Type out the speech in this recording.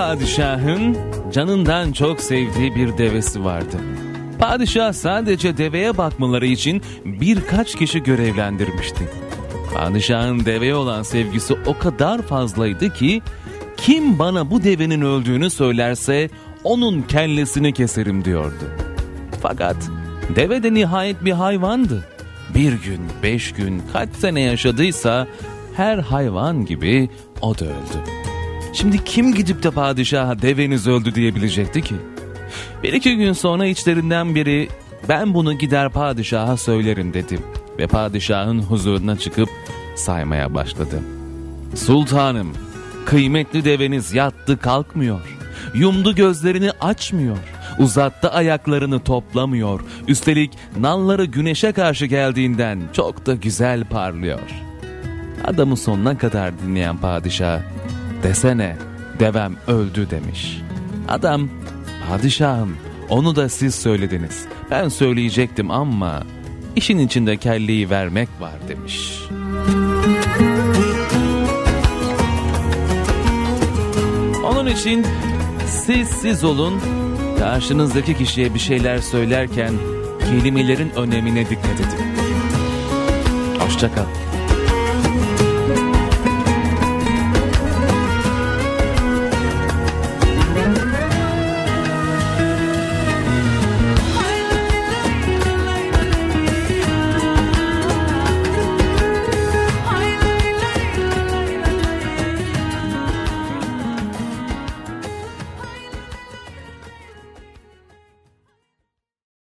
padişahın canından çok sevdiği bir devesi vardı. Padişah sadece deveye bakmaları için birkaç kişi görevlendirmişti. Padişahın deveye olan sevgisi o kadar fazlaydı ki, kim bana bu devenin öldüğünü söylerse onun kellesini keserim diyordu. Fakat deve de nihayet bir hayvandı. Bir gün, 5 gün, kaç sene yaşadıysa her hayvan gibi o da öldü. Şimdi kim gidip de padişaha deveniz öldü diyebilecekti ki? 1-2 gün sonra içlerinden biri ben bunu gider padişaha söylerim dedi. Ve padişahın huzuruna çıkıp saymaya başladı. Sultanım, kıymetli deveniz yattı kalkmıyor. Yumdu gözlerini açmıyor. Uzattı ayaklarını toplamıyor. Üstelik nalları güneşe karşı geldiğinden çok da güzel parlıyor. Adamı sonuna kadar dinleyen padişah, desene devem öldü demiş. Adam, padişahım onu da siz söylediniz. Ben söyleyecektim ama işin içinde kelleyi vermek var demiş. Onun için siz olun, karşınızdaki kişiye bir şeyler söylerken kelimelerin önemine dikkat edin. Hoşça kal.